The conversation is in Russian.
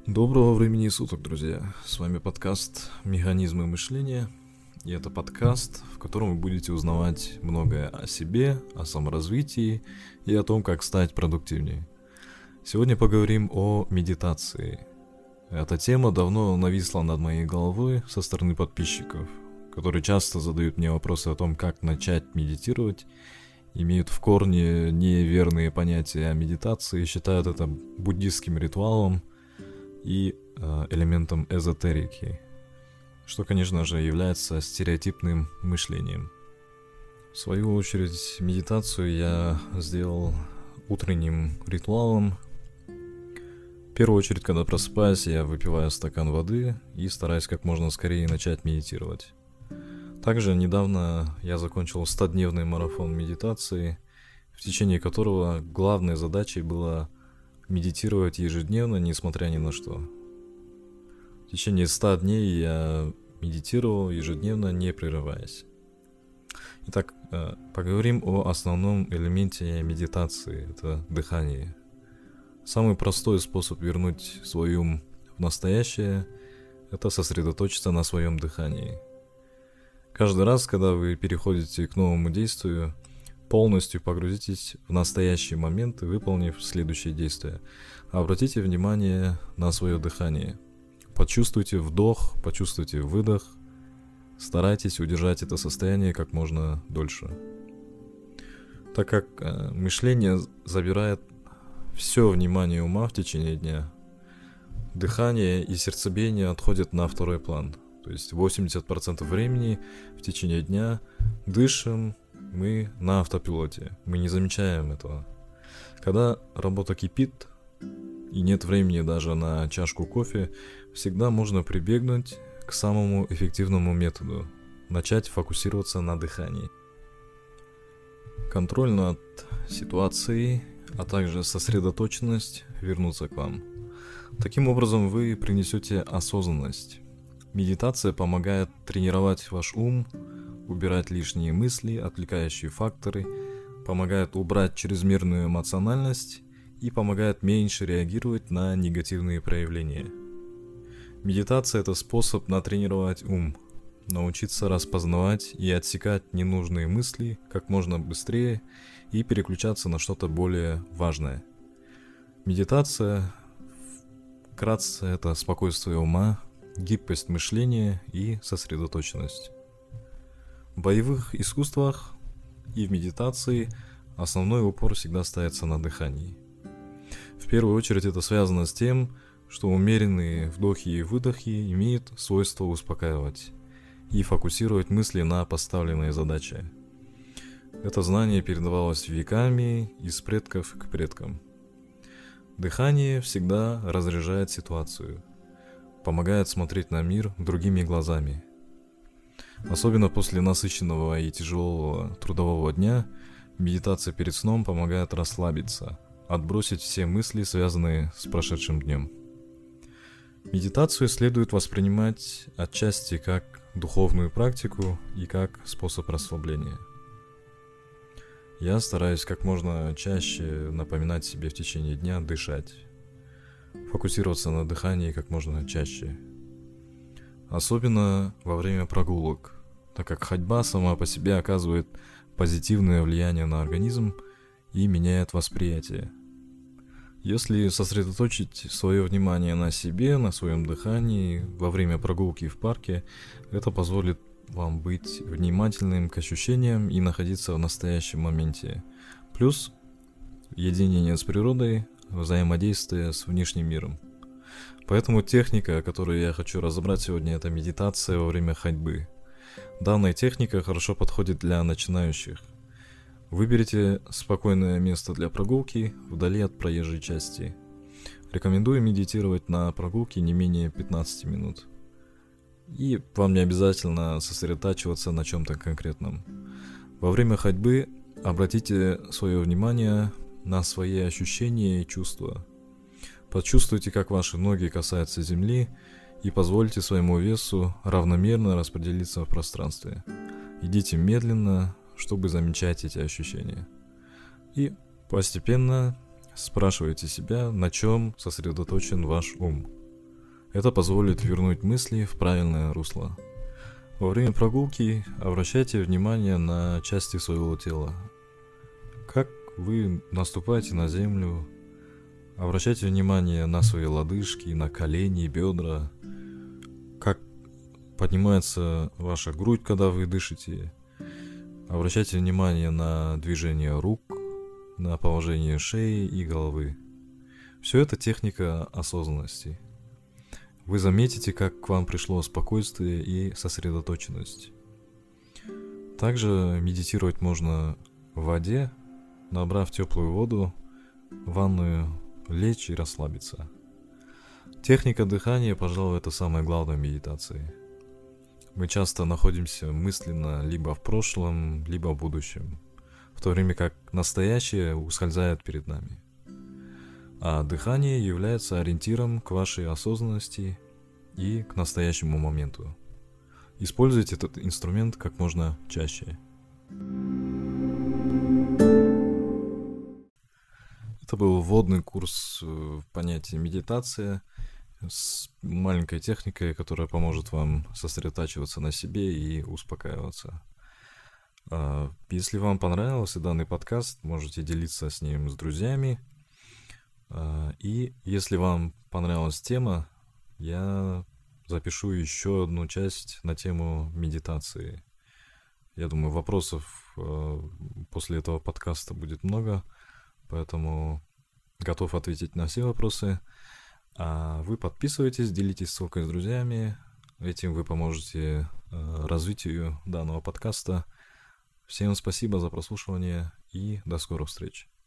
Доброго времени суток, друзья! С вами подкаст «Механизмы мышления». И это подкаст, в котором вы будете узнавать многое о себе, о саморазвитии и о том, как стать продуктивнее. Сегодня поговорим о медитации. Эта тема давно нависла над моей головой со стороны подписчиков, которые часто задают мне вопросы о том, как начать медитировать, имеют в корне неверные понятия о медитации, считают это буддистским ритуалом и элементом эзотерики, что, конечно же, является стереотипным мышлением. В свою очередь, медитацию я сделал утренним ритуалом. В первую очередь, когда просыпаюсь, я выпиваю стакан воды и стараюсь как можно скорее начать медитировать. Также недавно я закончил 100-дневный марафон медитации, в течение которого главной задачей было медитировать ежедневно, несмотря ни на что. В течение 100 дней я медитировал ежедневно, не прерываясь. Итак, поговорим о основном элементе медитации – это дыхание. Самый простой способ вернуть свой ум в настоящее – это сосредоточиться на своем дыхании. Каждый раз, когда вы переходите к новому действию, полностью погрузитесь в настоящий момент, выполнив следующие действия. Обратите внимание на свое дыхание. Почувствуйте вдох, почувствуйте выдох. Старайтесь удержать это состояние как можно дольше. Так как мышление забирает все внимание ума в течение дня, дыхание и сердцебиение отходят на второй план. То есть 80% времени в течение дня дышим мы на автопилоте, мы не замечаем этого. Когда работа кипит и нет времени даже на чашку кофе, всегда можно прибегнуть к самому эффективному методу – начать фокусироваться на дыхании. Контроль над ситуацией, а также сосредоточенность вернутся к вам. Таким образом вы принесете осознанность. Медитация помогает тренировать ваш ум, убирать лишние мысли, отвлекающие факторы, помогает убрать чрезмерную эмоциональность и помогает меньше реагировать на негативные проявления. Медитация – это способ натренировать ум, научиться распознавать и отсекать ненужные мысли как можно быстрее и переключаться на что-то более важное. Медитация, вкратце, это спокойствие ума, гибкость мышления и сосредоточенность. В боевых искусствах и в медитации основной упор всегда ставится на дыхании. В первую очередь это связано с тем, что умеренные вдохи и выдохи имеют свойство успокаивать и фокусировать мысли на поставленные задачи. Это знание передавалось веками из предков к предкам. Дыхание всегда разряжает ситуацию, помогает смотреть на мир другими глазами. Особенно после насыщенного и тяжелого трудового дня, медитация перед сном помогает расслабиться, отбросить все мысли, связанные с прошедшим днем. Медитацию следует воспринимать отчасти как духовную практику и как способ расслабления. Я стараюсь как можно чаще напоминать себе в течение дня дышать, фокусироваться на дыхании как можно чаще. Особенно во время прогулок, так как ходьба сама по себе оказывает позитивное влияние на организм и меняет восприятие. Если сосредоточить свое внимание на себе, на своем дыхании во время прогулки в парке, это позволит вам быть внимательным к ощущениям и находиться в настоящем моменте. Плюс единение с природой, взаимодействие с внешним миром. Поэтому техника, которую я хочу разобрать сегодня, это медитация во время ходьбы. Данная техника хорошо подходит для начинающих. Выберите спокойное место для прогулки вдали от проезжей части. Рекомендую медитировать на прогулке не менее 15 минут. И вам не обязательно сосредотачиваться на чем-то конкретном. Во время ходьбы обратите свое внимание на свои ощущения и чувства. Почувствуйте, как ваши ноги касаются земли, и позвольте своему весу равномерно распределиться в пространстве. Идите медленно, чтобы замечать эти ощущения. И постепенно спрашивайте себя, на чем сосредоточен ваш ум. Это позволит вернуть мысли в правильное русло. Во время прогулки обращайте внимание на части своего тела. Как вы наступаете на землю, обращайте внимание на свои лодыжки, на колени, бедра, как поднимается ваша грудь, когда вы дышите. Обращайте внимание на движение рук, на положение шеи и головы. Все это техника осознанности. Вы заметите, как к вам пришло спокойствие и сосредоточенность. Также медитировать можно в воде, набрав теплую воду, в ванную, лечь и расслабиться. Техника дыхания, пожалуй, это самое главное в медитации. Мы часто находимся мысленно либо в прошлом, либо в будущем, в то время как настоящее ускользает перед нами. А дыхание является ориентиром к вашей осознанности и к настоящему моменту. Используйте этот инструмент как можно чаще. Это был вводный курс в понятие медитация с маленькой техникой, которая поможет вам сосредотачиваться на себе и успокаиваться. Если вам понравился данный подкаст, можете делиться с ним с друзьями. И если вам понравилась тема, я запишу еще одну часть на тему медитации. Я думаю, вопросов после этого подкаста будет много, поэтому готов ответить на все вопросы. А вы подписывайтесь, делитесь ссылкой с друзьями. Этим вы поможете развитию данного подкаста. Всем спасибо за прослушивание и до скорых встреч.